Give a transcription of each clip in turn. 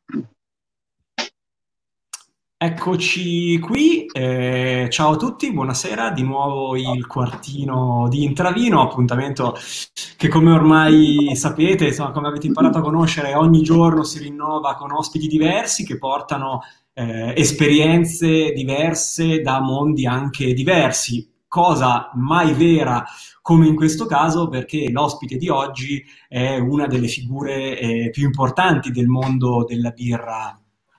Eccoci qui, ciao a tutti, buonasera, di nuovo il quartino di Intravino, appuntamento che come ormai sapete, insomma, come avete imparato a conoscere, ogni giorno si rinnova con ospiti diversi che portano esperienze diverse da mondi anche diversi, cosa mai vera come in questo caso perché l'ospite di oggi è una delle figure più importanti del mondo della birra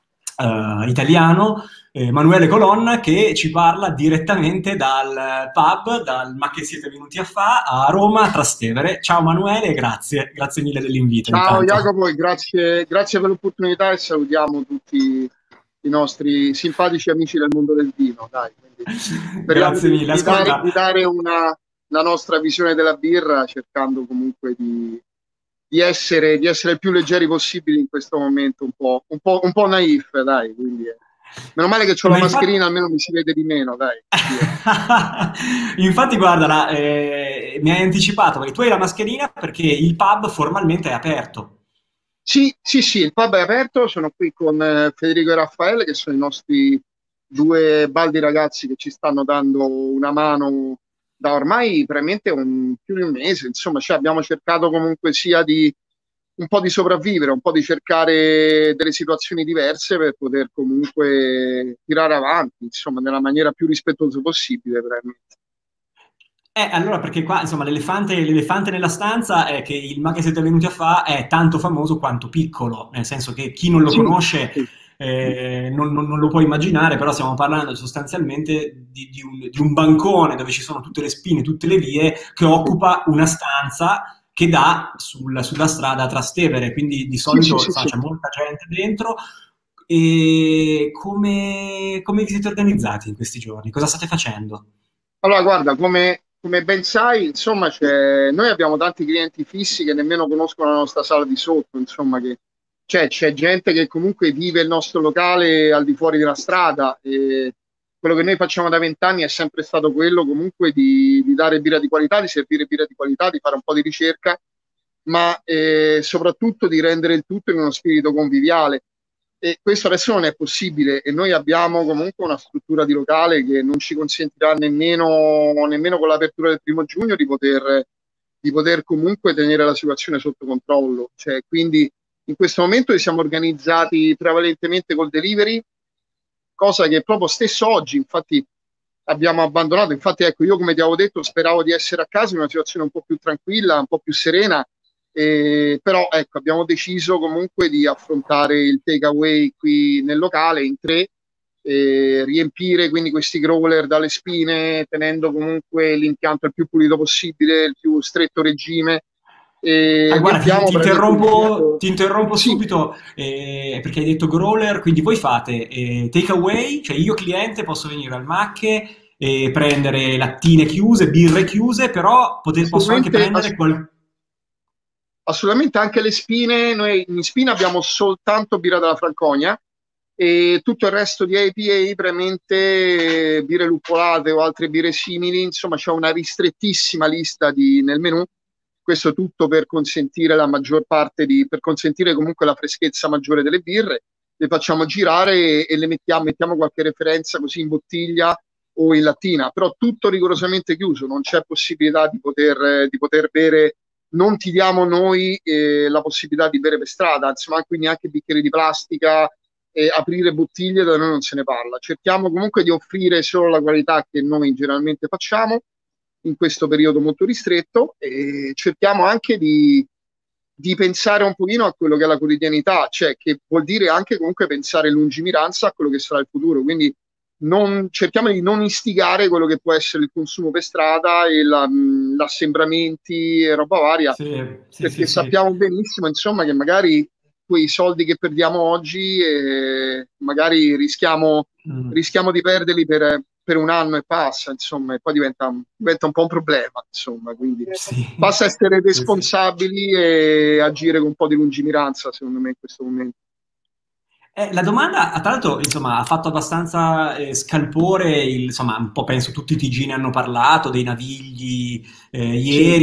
italiano, Emanuele Colonna, che ci parla direttamente dal pub, dal Ma che siete venuti a fa a Roma, a Trastevere. Ciao Emanuele e grazie mille dell'invito Ciao intanto. Jacopo e grazie per l'opportunità e salutiamo tutti i nostri simpatici amici del mondo del vino. Dai, quindi speriamo Grazie mille. Ascolta, di dare la nostra visione della birra, cercando comunque di essere il più leggeri possibili in questo momento, un po' naif, dai. Quindi, meno male che ho la ma infatti... mascherina, almeno mi si vede di meno, dai. Infatti, guarda, mi hai anticipato perché tu hai la mascherina perché il pub formalmente è aperto. Sì, sì, sì, il pub è aperto, sono qui con Federico e Raffaele, che sono i nostri due baldi ragazzi che ci stanno dando una mano da ormai veramente più di un mese. Insomma, cioè abbiamo cercato comunque sia di un po' di sopravvivere, un po' di cercare delle situazioni diverse per poter comunque tirare avanti, insomma, nella maniera più rispettosa possibile, veramente. Allora, perché qua, insomma, l'elefante nella stanza è che il Ma che siete venuti a fa è tanto famoso quanto piccolo, nel senso che chi non lo Sì, conosce sì, non lo può immaginare, però stiamo parlando sostanzialmente di un bancone dove ci sono tutte le spine, tutte le vie, che sì, occupa una stanza che dà sulla strada a Trastevere, quindi di sì, sì, solito sì, insomma, sì. c'è molta gente dentro. E come vi siete organizzati in questi giorni? Cosa state facendo? Allora, guarda, come ben sai, insomma, noi abbiamo tanti clienti fissi che nemmeno conoscono la nostra sala di sotto, insomma, c'è gente che comunque vive il nostro locale al di fuori della strada e quello che noi facciamo da 20 anni è sempre stato quello comunque di dare birra di qualità, di servire birra di qualità, di fare un po' di ricerca, ma soprattutto di rendere il tutto in uno spirito conviviale. E questo adesso non è possibile e noi abbiamo comunque una struttura di locale che non ci consentirà nemmeno con l'apertura del 1° giugno di poter comunque tenere la situazione sotto controllo. Cioè, quindi in questo momento ci siamo organizzati prevalentemente col delivery, cosa che proprio stesso oggi, infatti, abbiamo abbandonato. Infatti, ecco, io come ti avevo detto, speravo di essere a casa in una situazione un po' più tranquilla, un po' più serena, però ecco, abbiamo deciso comunque di affrontare il takeaway qui nel locale in tre, riempire quindi questi growler dalle spine, tenendo comunque l'impianto il più pulito possibile, il più stretto regime. Ah, guarda, Riempiamo praticamente il ti tutto. interrompo Sì, subito perché hai detto growler, quindi voi fate takeaway, cioè io cliente posso venire al Macche e prendere lattine chiuse, birre chiuse, però posso anche assolutamente, prendere qual... assolutamente anche le spine. Noi in spina abbiamo soltanto birra della Franconia e tutto il resto di IPA, premente birre luppolate o altre birre simili. Insomma, c'è una ristrettissima lista nel menù. Questo tutto per consentire la maggior parte per consentire comunque la freschezza maggiore delle birre. Le facciamo girare e le mettiamo qualche referenza così in bottiglia o in lattina, però tutto rigorosamente chiuso, non c'è possibilità di poter bere, non ti diamo noi la possibilità di bere per strada, insomma, quindi anche bicchieri di plastica, aprire bottiglie da noi non se ne parla. Cerchiamo comunque di offrire solo la qualità che noi generalmente facciamo in questo periodo molto ristretto e cerchiamo anche di pensare un pochino a quello che è la quotidianità, cioè che vuol dire anche comunque pensare in lungimiranza a quello che sarà il futuro. Quindi cerchiamo di non istigare quello che può essere il consumo per strada e l'assembramenti e roba varia, Sì, sì, sì, perché sì. sappiamo benissimo, insomma, che magari quei soldi che perdiamo oggi, magari Mm. rischiamo di perderli per un anno e passa, insomma, e poi diventa un po' un problema, insomma, quindi Sì, basta essere sì, sì. responsabili e agire con un po' di lungimiranza, secondo me, in questo momento. La domanda, tra l'altro, insomma, ha fatto abbastanza scalpore, insomma, un po' penso tutti i TG ne hanno parlato, dei Navigli, Sì.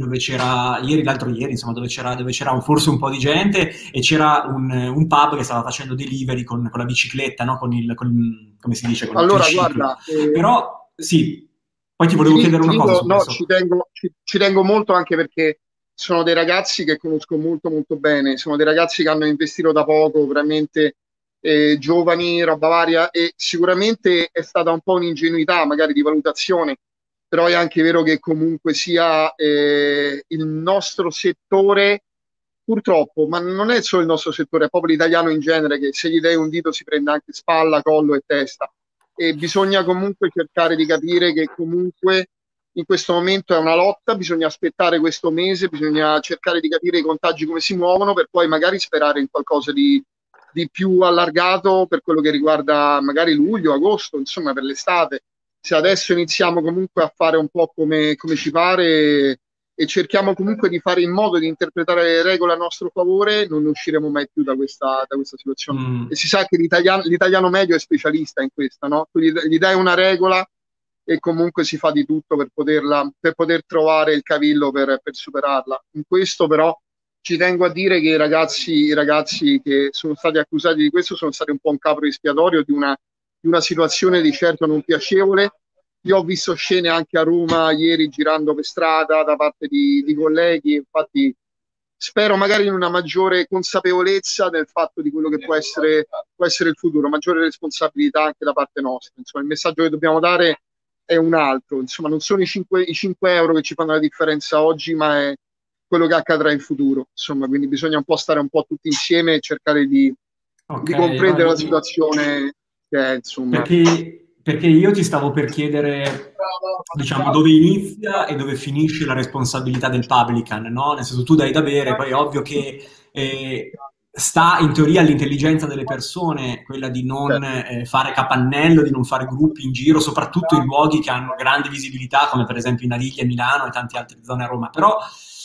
ieri, l'altro ieri, insomma, dove c'era forse un po' di gente e c'era un pub che stava facendo delivery con la bicicletta, no? Come si dice, con il Allora, triciclo. guarda, Però, sì, poi ti volevo chiedere ti una cosa dico, su no, questo. ci tengo molto anche perché sono dei ragazzi che conosco molto molto bene, sono dei ragazzi che hanno investito da poco, veramente giovani, roba varia, e sicuramente è stata un po' un'ingenuità magari di valutazione, però è anche vero che comunque sia il nostro settore, purtroppo, ma non è solo il nostro settore, è proprio l'italiano in genere che se gli dai un dito si prende anche spalla, collo e testa, e bisogna comunque cercare di capire che comunque in questo momento è una lotta, bisogna aspettare questo mese, bisogna cercare di capire i contagi come si muovono per poi magari sperare in qualcosa di più allargato per quello che riguarda magari luglio, agosto, insomma per l'estate. Se adesso iniziamo comunque a fare un po' come ci pare e cerchiamo comunque di fare in modo di interpretare le regole a nostro favore, non ne usciremo mai più da questa situazione. E Mm. si sa che l'italiano medio è specialista in questa, no? Tu gli dai una regola e comunque si fa di tutto per poter trovare il cavillo per superarla. In questo però ci tengo a dire che i ragazzi che sono stati accusati di questo sono stati un po' un capro espiatorio di una situazione di certo non piacevole. Io ho visto scene anche a Roma ieri girando per strada da parte di colleghi, infatti spero magari in una maggiore consapevolezza del fatto di quello che può essere il futuro, maggiore responsabilità anche da parte nostra. Insomma, il messaggio che dobbiamo dare è un altro, insomma, non sono i 5 euro che ci fanno la differenza oggi, ma è quello che accadrà in futuro. Insomma, quindi bisogna un po' stare un po' tutti insieme e cercare Ok, di comprendere la vai. situazione che è, insomma. Perché io ti stavo per chiedere, diciamo, dove inizia e dove finisce la responsabilità del publican, no? Nel senso, tu dai da bere, poi è ovvio che sta in teoria all'intelligenza delle persone quella di non fare capannello, di non fare gruppi in giro, soprattutto in luoghi che hanno grande visibilità, come per esempio in Adiglia, Milano e tante altre zone a Roma. Però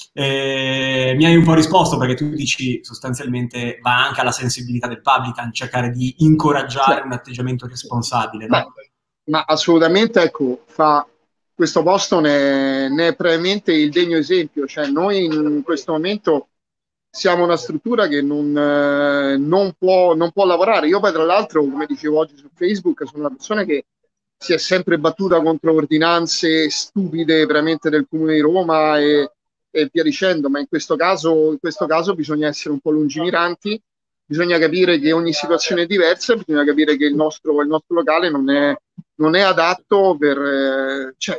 mi hai un po' risposto perché tu dici sostanzialmente va anche alla sensibilità del publican cercare di incoraggiare Cioè, un atteggiamento responsabile, ma, no? ma assolutamente, ecco, questo posto ne è premente il degno esempio. Cioè, noi in questo momento siamo una struttura che non può lavorare. Io poi, tra l'altro, come dicevo oggi su Facebook, sono una persona che si è sempre battuta contro ordinanze stupide veramente del Comune di Roma e via dicendo, ma in questo caso bisogna essere un po' lungimiranti, bisogna capire che ogni situazione è diversa, bisogna capire che il nostro locale non è adatto cioè,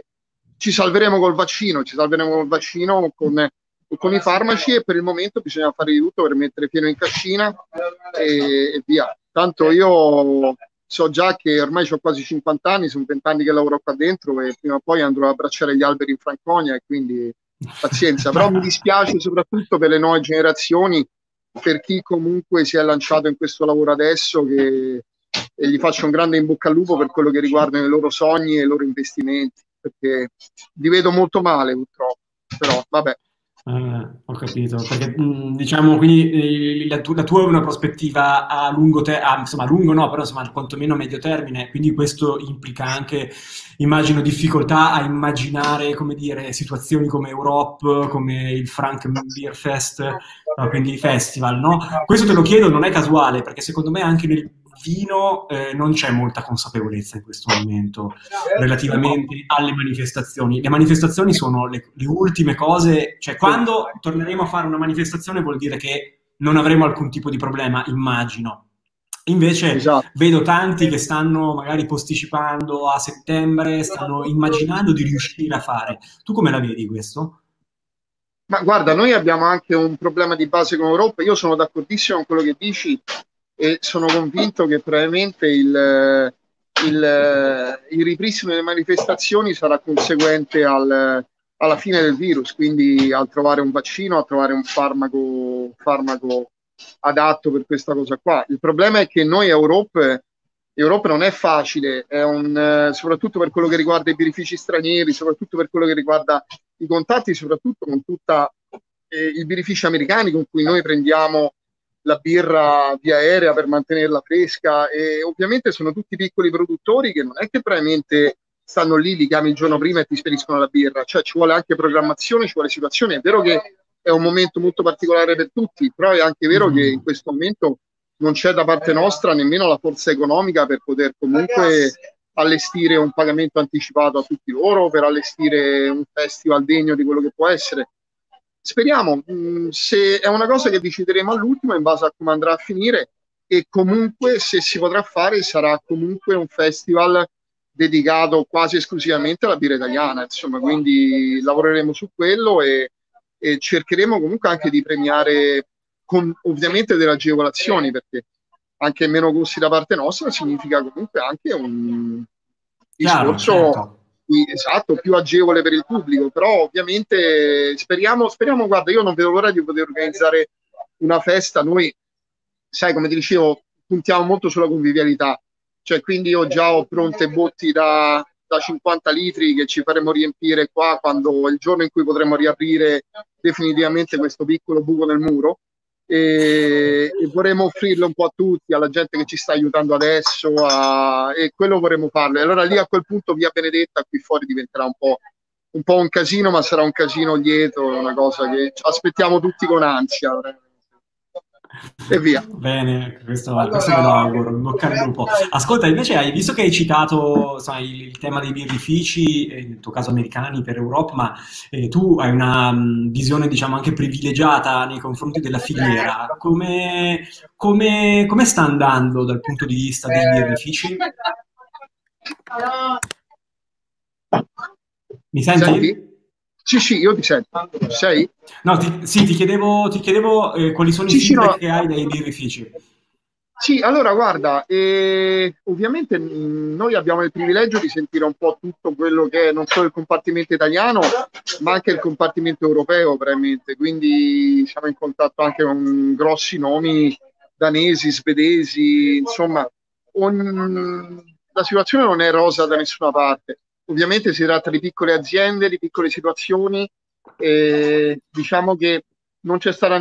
ci salveremo col vaccino, con i farmaci e per il momento bisogna fare di tutto per mettere pieno in cascina e via. Tanto io so già che ormai ho quasi 50 anni, sono 20 anni che lavoro qua dentro e prima o poi andrò a abbracciare gli alberi in Franconia e quindi pazienza. Però mi dispiace soprattutto per le nuove generazioni, per chi comunque si è lanciato in questo lavoro adesso, e gli faccio un grande in bocca al lupo per quello che riguarda i loro sogni e i loro investimenti, perché li vedo molto male purtroppo, però vabbè. Ho capito, perché diciamo quindi la tua è una prospettiva a lungo termine, insomma a lungo no, però insomma quantomeno a medio termine, quindi questo implica anche, immagino, difficoltà a immaginare, come dire, situazioni come Europe, come il Frank Beer Fest, quindi i festival, no? Questo te lo chiedo, non è casuale, perché secondo me anche nel vino non c'è molta consapevolezza in questo momento relativamente alle manifestazioni. Le manifestazioni sono le ultime cose, cioè quando torneremo a fare una manifestazione vuol dire che non avremo alcun tipo di problema, immagino. Invece Esatto. vedo tanti che stanno magari posticipando a settembre, stanno immaginando di riuscire a fare. Tu come la vedi questo? Ma guarda, noi abbiamo anche un problema di base con Europa. Io sono d'accordissimo con quello che dici e sono convinto che probabilmente il ripristino delle manifestazioni sarà conseguente alla fine del virus, quindi al trovare un vaccino, a trovare un farmaco adatto per questa cosa qua. Il problema è che noi Europa non è facile, soprattutto per quello che riguarda i birrifici stranieri, soprattutto per quello che riguarda i contatti, soprattutto con tutta i birrifici americani con cui noi prendiamo la birra via aerea per mantenerla fresca, e ovviamente sono tutti piccoli produttori che non è che probabilmente stanno lì, li chiami il giorno prima e ti spediscono la birra, cioè ci vuole anche programmazione, ci vuole situazione. È vero che è un momento molto particolare per tutti, però è anche vero che in Mhm. questo momento non c'è da parte nostra nemmeno la forza economica per poter comunque allestire un pagamento anticipato a tutti loro, per allestire un festival degno di quello che può essere. Speriamo, se è una cosa che decideremo all'ultimo in base a come andrà a finire, e comunque se si potrà fare sarà comunque un festival dedicato quasi esclusivamente alla birra italiana, insomma, quindi lavoreremo su quello, e cercheremo comunque anche di premiare con ovviamente delle agevolazioni, perché anche meno costi da parte nostra significa comunque anche un Chiaro, discorso certo. esatto, più agevole per il pubblico. Però ovviamente speriamo, guarda, io non vedo l'ora di poter organizzare una festa. Noi, sai, come ti dicevo, puntiamo molto sulla convivialità, cioè quindi io già ho pronte botti da 50 litri che ci faremo riempire qua quando il giorno in cui potremo riaprire definitivamente questo piccolo buco nel muro, e vorremmo offrirlo un po' a tutti, alla gente che ci sta aiutando adesso, e quello vorremmo farlo. E allora lì a quel punto via Benedetta qui fuori diventerà un po' un casino, ma sarà un casino lieto, una cosa che aspettiamo tutti con ansia. E via. Bene, questo me lo auguro, in bocca al lupo. Ascolta, invece hai visto che hai citato, insomma, il tema dei birrifici, nel tuo caso americani per Europe, ma tu hai una visione, diciamo, anche privilegiata nei confronti della filiera. Come sta andando dal punto di vista dei birrifici? Mi Mi senti? senti? Sì, sì, io ti sento. Sei? No, sì, ti chiedevo quali sono i Sì, sì, feedback no. che hai dai birrifici. Sì, allora guarda, ovviamente noi abbiamo il privilegio di sentire un po' tutto quello che è non solo il compartimento italiano, ma anche il compartimento europeo, veramente. Quindi siamo in contatto anche con grossi nomi danesi, svedesi, insomma, la situazione non è rosa da nessuna parte. Ovviamente si tratta di piccole aziende, di piccole situazioni, e diciamo che non c'è stata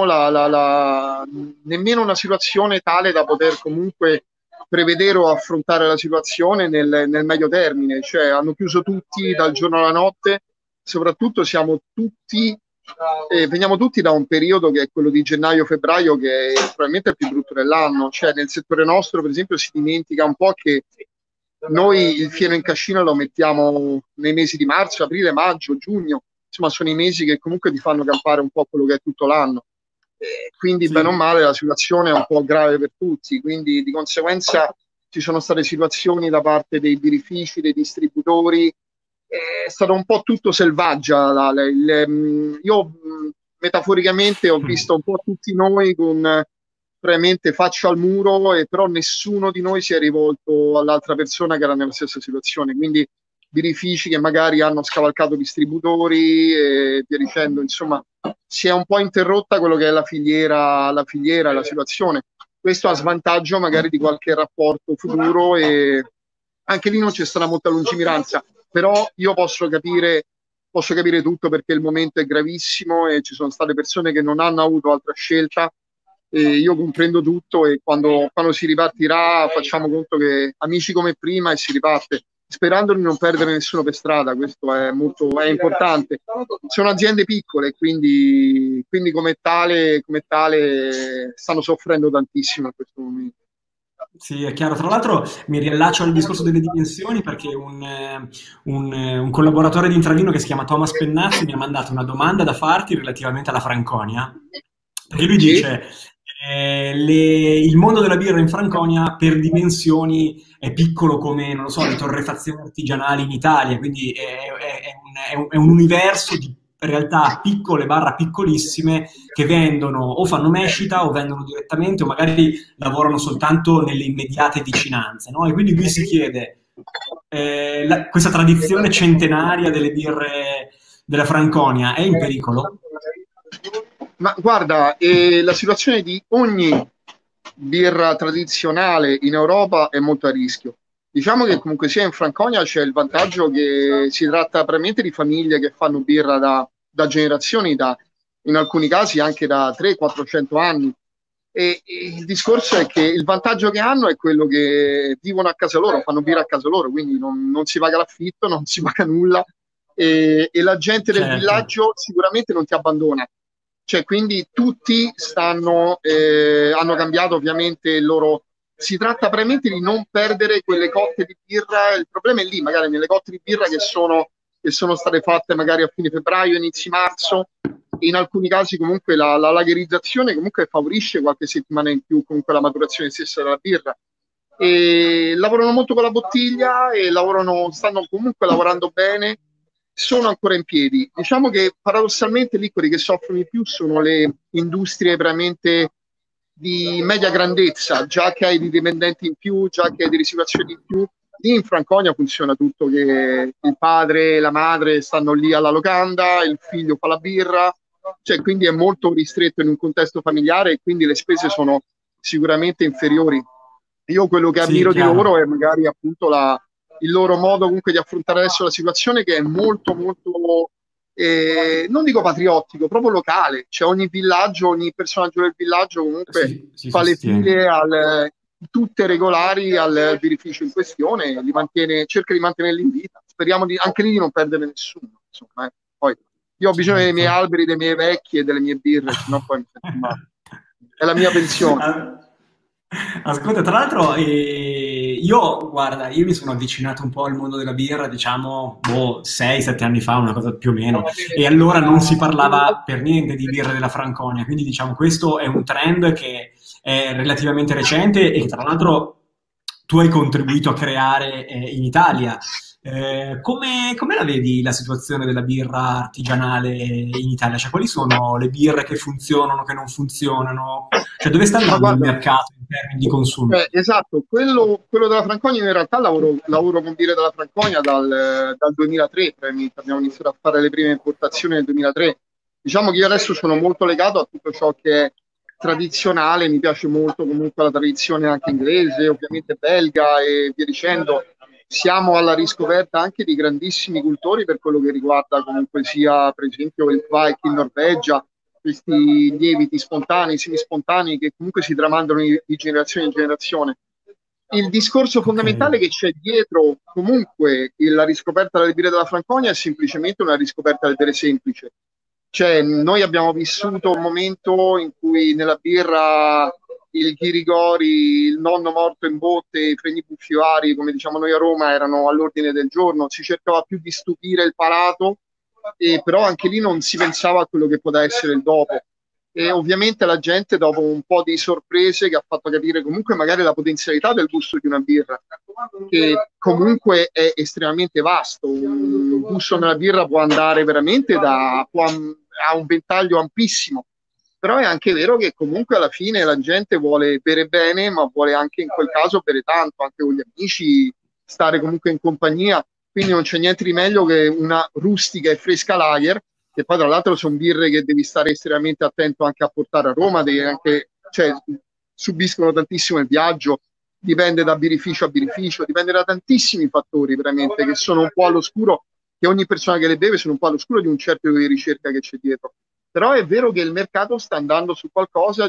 nemmeno una situazione tale da poter comunque prevedere o affrontare la situazione nel medio termine, cioè hanno chiuso tutti dal giorno alla notte. Soprattutto veniamo tutti da un periodo che è quello di gennaio-febbraio, che è probabilmente il più brutto dell'anno. Cioè nel settore nostro, per esempio, si dimentica un po' che noi il fieno in cascina lo mettiamo nei mesi di marzo, aprile, maggio, giugno, insomma sono i mesi che comunque ti fanno campare un po' quello che è tutto l'anno. Quindi bene o Sì. male la situazione è un po' grave per tutti, quindi di conseguenza ci sono state situazioni da parte dei birrifici, dei distributori, è stato un po' tutto selvaggia. Io metaforicamente ho Mm. visto un po' tutti noi con veramente faccia al muro, e però nessuno di noi si è rivolto all'altra persona che era nella stessa situazione. Quindi birrifici che magari hanno scavalcato distributori e via dicendo, insomma, si è un po' interrotta quello che è la situazione. Questo a svantaggio magari di qualche rapporto futuro, e anche lì non c'è stata molta lungimiranza, però io posso capire tutto, perché il momento è gravissimo e ci sono state persone che non hanno avuto altra scelta, e io comprendo tutto, e quando si ripartirà facciamo conto che amici come prima e si riparte, sperando di non perdere nessuno per strada. Questo è importante. Sono aziende piccole, quindi come tale stanno soffrendo tantissimo in questo momento. Sì, è chiaro. Tra l'altro mi riallaccio al discorso delle dimensioni perché un collaboratore di Intravino che si chiama Thomas Pennazzi mi ha mandato una domanda da farti relativamente alla Franconia, perché lui Sì, dice il mondo della birra in Franconia per dimensioni è piccolo come, non lo so, le torrefazioni artigianali in Italia, quindi è un universo di realtà piccole barra piccolissime che vendono o fanno mescita o vendono direttamente o magari lavorano soltanto nelle immediate vicinanze, no? E quindi lui si chiede, questa tradizione centenaria delle birre della Franconia è in pericolo? ma guarda, la situazione di ogni birra tradizionale in Europa è molto a rischio. Diciamo che comunque sia in Franconia c'è il vantaggio che si tratta probabilmente di famiglie che fanno birra da generazioni, in alcuni casi anche da 300-400 anni, E il discorso è che il vantaggio che hanno è quello che vivono a casa loro, fanno birra a casa loro, quindi non si paga l'affitto, non si paga nulla e la gente del Certo. villaggio sicuramente non ti abbandona. Cioè, quindi tutti hanno cambiato ovviamente il loro. Si tratta veramente di non perdere quelle cotte di birra. Il problema è lì, magari nelle cotte di birra che sono state fatte magari a fine febbraio, inizi marzo. In alcuni casi comunque la lagerizzazione comunque favorisce qualche settimana in più comunque la maturazione stessa della birra. E lavorano molto con la bottiglia e stanno comunque lavorando bene, sono ancora in piedi. Diciamo che paradossalmente lì quelli che soffrono di più sono le industrie veramente di media grandezza, già che hai di dipendenti in più, già che hai di risicolazioni in più. Lì in Franconia funziona tutto, che il padre e la madre stanno lì alla locanda, il figlio fa la birra, cioè quindi è molto ristretto in un contesto familiare e quindi le spese sono sicuramente inferiori. Io quello che Sì, ammiro di loro chiaro. è magari appunto il loro modo comunque di affrontare adesso la situazione che è molto molto non dico patriottico, proprio locale, cioè ogni villaggio, ogni personaggio del villaggio comunque Si fa le file sostiene. tutte regolari al birrificio in questione, cerca di mantenerli in vita. Speriamo anche lì di non perdere nessuno. Insomma, Poi io ho bisogno dei miei Certo. alberi, dei miei vecchi e delle mie birre, sennò poi mi sento male. È la mia pensione. Ah, ascolta, tra l'altro, io, guarda, io mi sono avvicinato un po' al mondo della birra, diciamo, 6-7 anni fa, una cosa più o meno, e allora non si parlava per niente di birra della Franconia, quindi diciamo questo è un trend che è relativamente recente e che tra l'altro tu hai contribuito a creare in Italia. Come la vedi la situazione della birra artigianale in Italia? Cioè, quali sono le birre che funzionano, che non funzionano? Cioè, dove sta Ma andando il guarda, mercato in termini di consumo? esatto, quello della Franconia in realtà lavoro con birre della Franconia dal 2003, probabilmente. Abbiamo iniziato a fare le prime importazioni nel 2003. Diciamo che io adesso sono molto legato a tutto ciò che è tradizionale, mi piace molto comunque la tradizione anche inglese, ovviamente belga e via dicendo. Siamo alla riscoperta anche di grandissimi cultori per quello che riguarda comunque sia per esempio il Kvike in Norvegia, questi lieviti spontanei, semispontanei che comunque si tramandano di generazione in generazione. Il discorso Ok, fondamentale che c'è dietro comunque la riscoperta delle birre della Franconia è semplicemente una riscoperta del bere semplice. Cioè, noi abbiamo vissuto un momento in cui nella birra il ghirigori, il nonno morto in botte, i fregni buffi vari, come diciamo noi a Roma, erano all'ordine del giorno. Si cercava più di stupire il palato, però anche lì non si pensava a quello che poteva essere il dopo. E ovviamente la gente, dopo un po' di sorprese, che ha fatto capire comunque magari la potenzialità del gusto di una birra, che comunque è estremamente vasto. Un gusto nella birra può andare veramente ha un ventaglio ampissimo. Però è anche vero che comunque alla fine la gente vuole bere bene, ma vuole anche in quel caso bere tanto, anche con gli amici, stare comunque in compagnia. Quindi non c'è niente di meglio che una rustica e fresca lager, che poi tra l'altro sono birre che devi stare estremamente attento anche a portare a Roma, cioè, subiscono tantissimo il viaggio, dipende da birrificio a birrificio, dipende da tantissimi fattori veramente che sono un po' all'oscuro, che ogni persona che le beve sono un po' all'oscuro di un cerchio di ricerca che c'è dietro. Però è vero che il mercato sta andando su qualcosa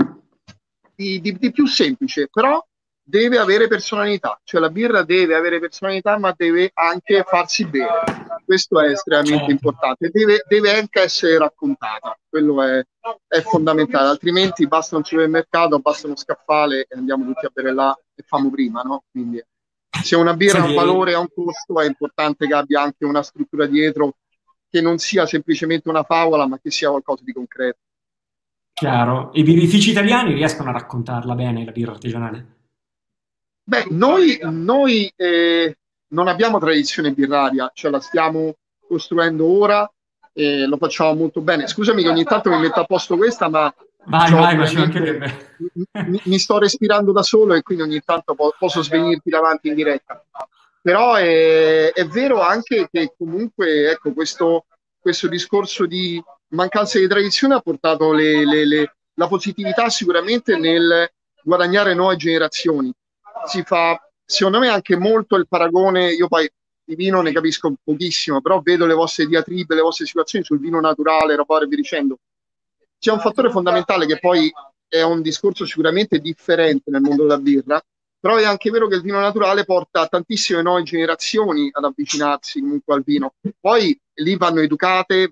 di più semplice, però deve avere personalità, cioè la birra deve avere personalità, ma deve anche farsi bere. Questo è estremamente certo. importante, deve anche essere raccontata, quello è fondamentale, altrimenti basta un supermercato, basta uno scaffale e andiamo tutti a bere là e famo prima, no? Quindi se una birra ha un valore, Senti, ha un costo, è importante che abbia anche una struttura dietro che non sia semplicemente una favola, ma che sia qualcosa di concreto. chiaro, i birrifici italiani riescono a raccontarla bene, la birra artigianale? Beh, noi non abbiamo tradizione birraria, cioè la stiamo costruendo ora e lo facciamo molto bene. Scusami che ogni tanto mi metto a posto questa, ma Vai, vai, ma ci probabilmente mancherebbe. mi sto respirando da solo e quindi ogni tanto posso svenirti davanti in diretta. Però è vero anche che comunque ecco, questo discorso di mancanza di tradizione ha portato la positività sicuramente nel guadagnare nuove generazioni. Secondo me, anche molto il paragone. Io poi di vino ne capisco pochissimo, però vedo le vostre diatribe, le vostre situazioni sul vino naturale, roba e via dicendo. C'è un fattore fondamentale che poi è un discorso sicuramente differente nel mondo della birra, però è anche vero che il vino naturale porta tantissime nuove generazioni ad avvicinarsi comunque al vino. Poi lì vanno educate,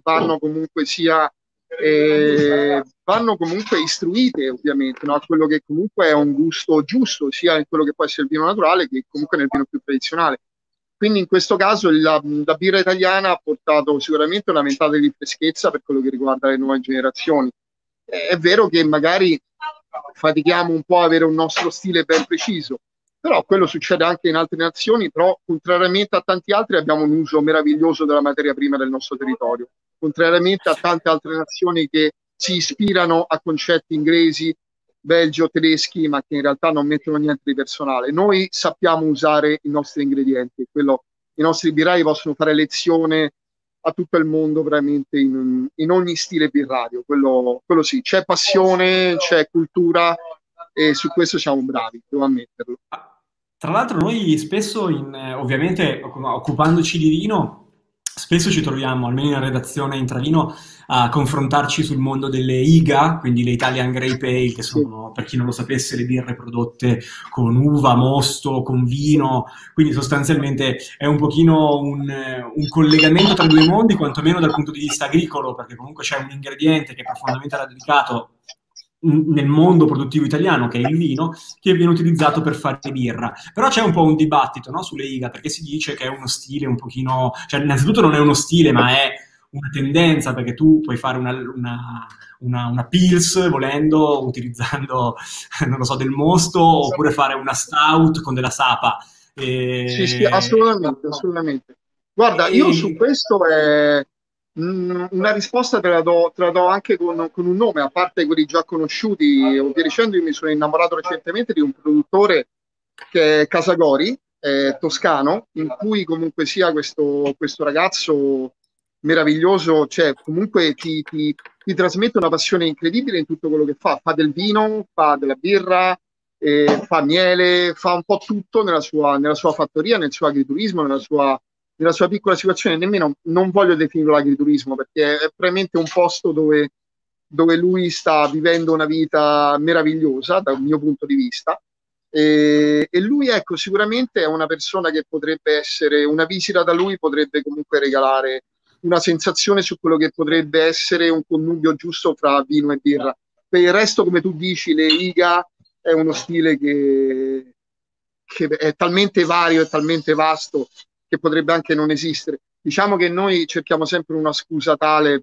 vanno comunque istruite ovviamente, no? A quello che comunque è un gusto giusto, sia in quello che può essere il vino naturale che comunque nel vino più tradizionale. Quindi in questo caso la birra italiana ha portato sicuramente una ventata di freschezza per quello che riguarda le nuove generazioni. È vero che magari fatichiamo un po' a avere un nostro stile ben preciso, però quello succede anche in altre nazioni, però contrariamente a tanti altri abbiamo un uso meraviglioso della materia prima del nostro territorio, contrariamente a tante altre nazioni che si ispirano a concetti inglesi, belgi o tedeschi, ma che in realtà non mettono niente di personale. Noi sappiamo usare i nostri ingredienti, i nostri birrai possono fare lezione a tutto il mondo veramente in ogni stile birrario, quello sì, c'è passione, c'è cultura e su questo siamo bravi, devo ammetterlo. Tra l'altro noi spesso, ovviamente occupandoci di vino, spesso ci troviamo, almeno in redazione Intravino, a confrontarci sul mondo delle IGA, quindi le Italian Grape Ale, che Sì, sono, per chi non lo sapesse, le birre prodotte con uva, mosto, con vino, quindi sostanzialmente è un pochino un collegamento tra i due mondi, quantomeno dal punto di vista agricolo, perché comunque c'è un ingrediente che è profondamente radicato nel mondo produttivo italiano, che è il vino, che viene utilizzato per fare birra. Però c'è un po' un dibattito, no, sulle IGA, perché si dice che è uno stile un pochino... Cioè, innanzitutto non è uno stile, ma è una tendenza, perché tu puoi fare una Pils, volendo, utilizzando, non lo so, del mosto, oppure fare una Stout con della sapa. sì, sì, E, assolutamente, assolutamente. Guarda, io su e, questo una risposta te la do anche con un nome, a parte quelli già conosciuti o via dicendo, io mi sono innamorato recentemente di un produttore che è Casagori, toscano, in cui comunque sia questo ragazzo meraviglioso, cioè comunque ti trasmette una passione incredibile in tutto quello che fa. Fa del vino, fa della birra, fa miele, fa un po' tutto nella sua fattoria, nel suo agriturismo, nella sua piccola situazione. Nemmeno non voglio definirlo l'agriturismo perché è veramente un posto dove lui sta vivendo una vita meravigliosa dal mio punto di vista. E lui, ecco, sicuramente è una persona che potrebbe essere, una visita da lui potrebbe comunque regalare una sensazione su quello che potrebbe essere un connubio giusto fra vino e birra. Per il resto, come tu dici, le IGA è uno stile che è talmente vario e talmente vasto che potrebbe anche non esistere. Diciamo che noi cerchiamo sempre una scusa tale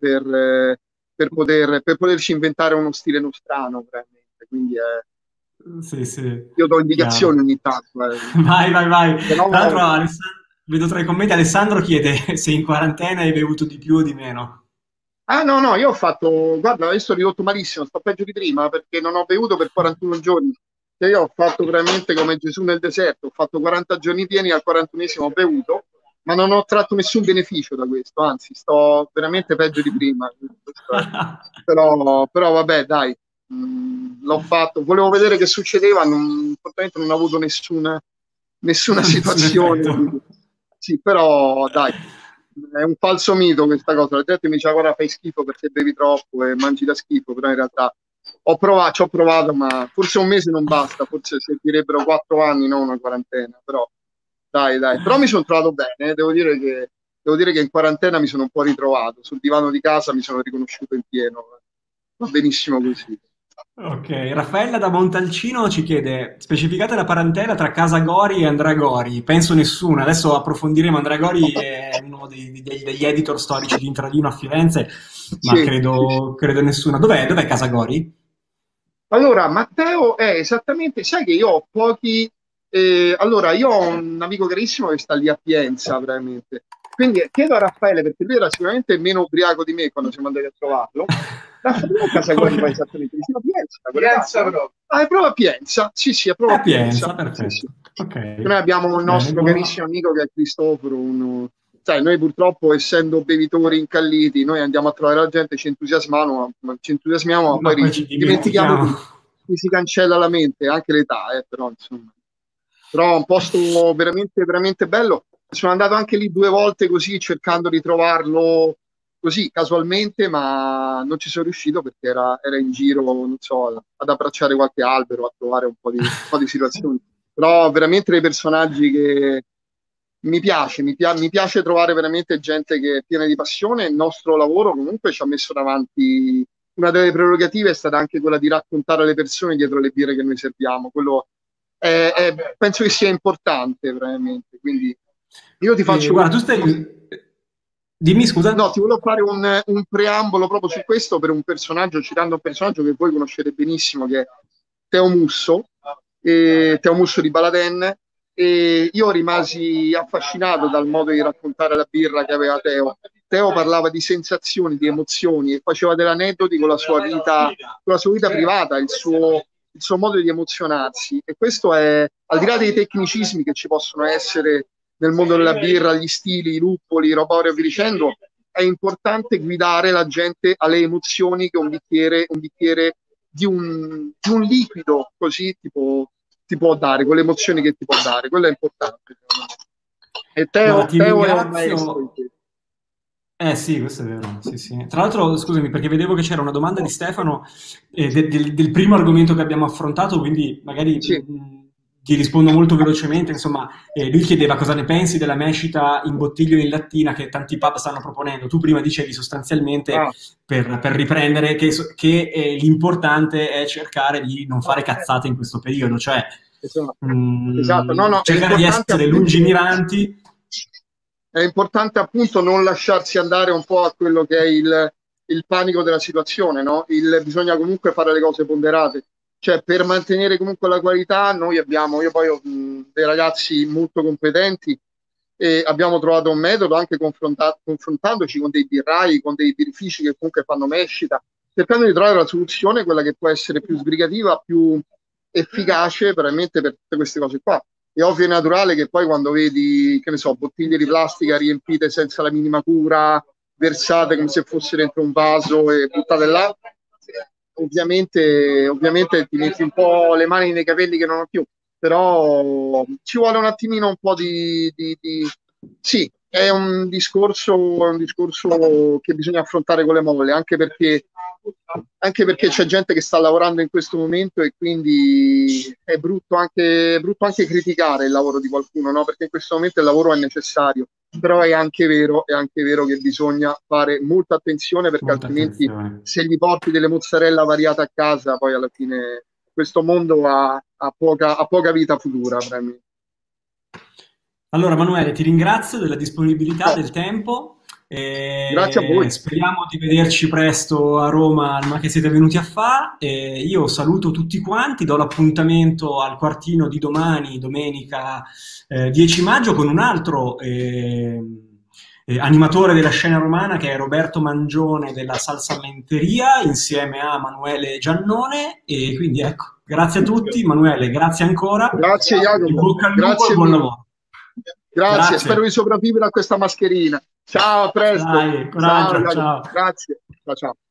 per poterci inventare uno stile nostrano, veramente. Quindi sì, sì, io do indicazioni chiaro. ogni tanto. Vai, vai, vai. Però, Tra l'altro, vedo tra i commenti Alessandro chiede se in quarantena hai bevuto di più o di meno. no, no, io ho fatto, guarda, io sto ridotto malissimo, sto peggio di prima perché non ho bevuto per 41 giorni. Cioè, io ho fatto veramente come Gesù nel deserto, ho fatto 40 giorni pieni, al 41esimo ho bevuto, ma non ho tratto nessun beneficio da questo, anzi, sto veramente peggio di prima. Però vabbè, dai, l'ho fatto, volevo vedere che succedeva, fortunatamente non ho avuto nessuna Nessun situazione. effetto. Sì, però dai, è un falso mito questa cosa. La gente mi dice, "Ah, guarda, fai schifo perché bevi troppo e mangi da schifo", però in realtà ci ho provato, ma forse un mese non basta, forse servirebbero 4 anni, non una quarantena, però dai, dai. Però mi sono trovato bene, devo dire che in quarantena mi sono un po' ritrovato, sul divano di casa mi sono riconosciuto in pieno, va benissimo così. Ok, Raffaella da Montalcino ci chiede, specificate la parentela tra Casa Gori e Andrea Gori. Penso nessuna, adesso approfondiremo. Andrea Gori è uno degli editor storici di Intradino a Firenze, ma Sì, sì, sì. credo nessuna. Dov'è Casa Gori? Allora, Matteo è esattamente, sai che io ho pochi, allora io ho un amico carissimo che sta lì a Pienza, veramente. Quindi chiedo a Raffaele, perché lui era sicuramente meno ubriaco di me quando siamo andati a trovarlo. Raffaele a casa Ok. Guardi poi esattamente vicino a Pienza, Pienza proprio. Ah, è proprio a Pienza, sì, sì, è proprio È a Pienza, Pienza, sì, sì. perfetto. Ok, Noi abbiamo il bene, nostro buono. carissimo amico che è Cristoforo, sai, noi purtroppo essendo bevitori incalliti, noi andiamo a trovare la gente, ci entusiasmiamo, ma Ma poi poi ci dimentichiamo dimentichiamo. che si cancella la mente, anche l'età, però insomma. Però è un posto veramente, veramente bello. Sono andato anche lì 2 volte così cercando di trovarlo così casualmente, ma non ci sono riuscito perché era in giro, non so, ad abbracciare qualche albero, a trovare un po' di situazioni. Però veramente dei personaggi che mi piace trovare veramente gente che è piena di passione. Il nostro lavoro comunque ci ha messo davanti, una delle prerogative è stata anche quella di raccontare alle persone dietro le birre che noi serviamo. Quello penso che sia importante veramente. Quindi io ti faccio Guarda, tu stai... Dimmi, No, scusa. ti volevo fare un preambolo proprio su questo per un personaggio, citando un personaggio che voi conoscete benissimo, che è Teo Musso, Teo Musso di Baladen, e io rimasi affascinato dal modo di raccontare la birra che aveva Teo. Teo parlava di sensazioni, di emozioni e faceva degli aneddoti con la sua vita privata, il suo modo di emozionarsi. E questo è, al di là dei tecnicismi che ci possono essere nel mondo della birra, gli stili, i luppoli, roba varia e via dicendo, è importante guidare la gente alle emozioni che un bicchiere di un liquido così ti può dare, quelle emozioni che ti può dare. Quello è importante. E Guarda, Teo, ti Teo è un maestro in ringrazio. questo. Sì, questo è vero. Sì, sì. Tra l'altro, scusami, perché vedevo che c'era una domanda di Stefano del primo argomento che abbiamo affrontato, quindi magari Sì. ti rispondo molto velocemente. Insomma, lui chiedeva cosa ne pensi della mescita in bottiglia o in lattina che tanti pub stanno proponendo. Tu prima dicevi sostanzialmente, Ah, per riprendere, che l'importante è cercare di non fare cazzate in questo periodo, cioè esatto. Esatto. No, no, cercare di essere lungimiranti. è importante appunto non lasciarsi andare un po' a quello che è il panico della situazione, no? Bisogna comunque fare le cose ponderate. Cioè, per mantenere comunque la qualità, io poi ho dei ragazzi molto competenti e abbiamo trovato un metodo anche confrontandoci con dei birrai, con dei birrifici che comunque fanno mescita, cercando di trovare la soluzione, quella che può essere più sbrigativa, più efficace veramente per tutte queste cose qua. È ovvio e naturale che poi quando vedi, che ne so, bottiglie di plastica riempite senza la minima cura, versate come se fosse dentro un vaso e buttate là, ovviamente ti metti un po' le mani nei capelli che non ho più, però ci vuole un attimino un po' Sì, è un discorso che bisogna affrontare con le molle, anche perché c'è gente che sta lavorando in questo momento e quindi è brutto anche criticare il lavoro di qualcuno, no? Perché in questo momento il lavoro è necessario, però è anche vero che bisogna fare molta attenzione perché Molta altrimenti attenzione. se gli porti delle mozzarella variate a casa, poi alla fine questo mondo ha poca vita futura, veramente. Allora, Manuele, ti ringrazio della disponibilità, del tempo. Grazie a voi. Speriamo di vederci presto a Roma, ma che siete venuti a fa. Io saluto tutti quanti, do l'appuntamento al quartino di domani, domenica 10 maggio, con un altro animatore della scena romana che è Roberto Mangione della Salsamenteria, insieme a Manuele Giannone. E quindi ecco, grazie a tutti, Manuele, grazie ancora, Grazie in Jacopo, bocca al lupo e grazie buon mille. lavoro. Grazie, spero Grazie. di sopravvivere a questa mascherina. Ciao, a presto. Dai, Ciao coraggio, Jacopo, ciao. grazie. Ciao, ciao.